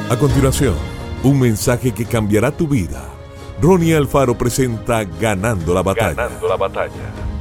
A continuación, un mensaje que cambiará tu vida. Ronnie Alfaro presenta Ganando la Batalla. Ganando la Batalla.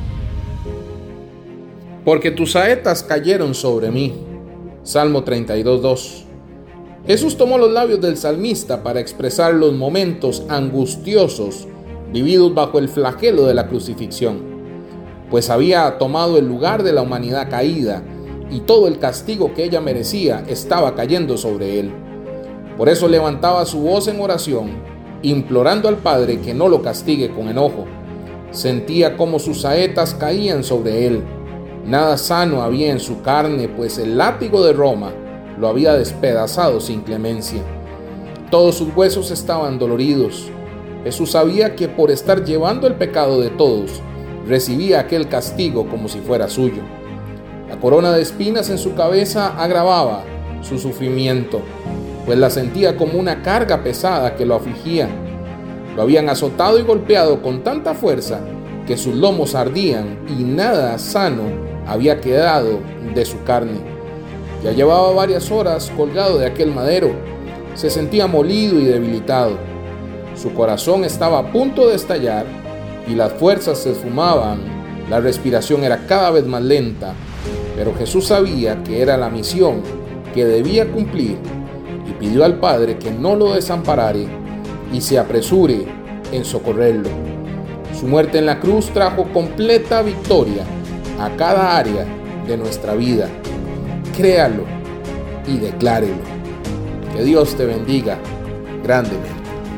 Porque tus saetas cayeron sobre mí. Salmo 32:2. Jesús tomó los labios del salmista para expresar los momentos angustiosos vividos bajo el flagelo de la crucifixión, pues había tomado el lugar de la humanidad caída y todo el castigo que ella merecía estaba cayendo sobre él. Por eso levantaba su voz en oración, implorando al Padre que no lo castigue con enojo. Sentía como sus saetas caían sobre él. Nada sano había en su carne, pues el látigo de Roma lo había despedazado sin clemencia. Todos sus huesos estaban doloridos. Jesús sabía que por estar llevando el pecado de todos, recibía aquel castigo como si fuera suyo. La corona de espinas en su cabeza agravaba su sufrimiento, pues la sentía como una carga pesada que lo afligía. Lo habían azotado y golpeado con tanta fuerza que sus lomos ardían y nada sano había quedado de su carne. Ya llevaba varias horas colgado de aquel madero. Se sentía molido y debilitado. Su corazón estaba a punto de estallar y las fuerzas se esfumaban. La respiración era cada vez más lenta, pero Jesús sabía que era la misión que debía cumplir y pidió al Padre que no lo desamparare y se apresure en socorrerlo. Su muerte en la cruz trajo completa victoria a cada área de nuestra vida. Créalo y declárelo. Que Dios te bendiga grandemente.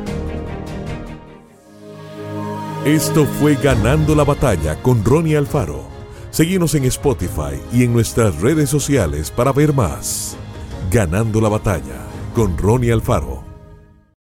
Esto fue Ganando la Batalla con Ronnie Alfaro. Síguenos en Spotify y en nuestras redes sociales para ver más. Ganando la Batalla con Ronnie Alfaro.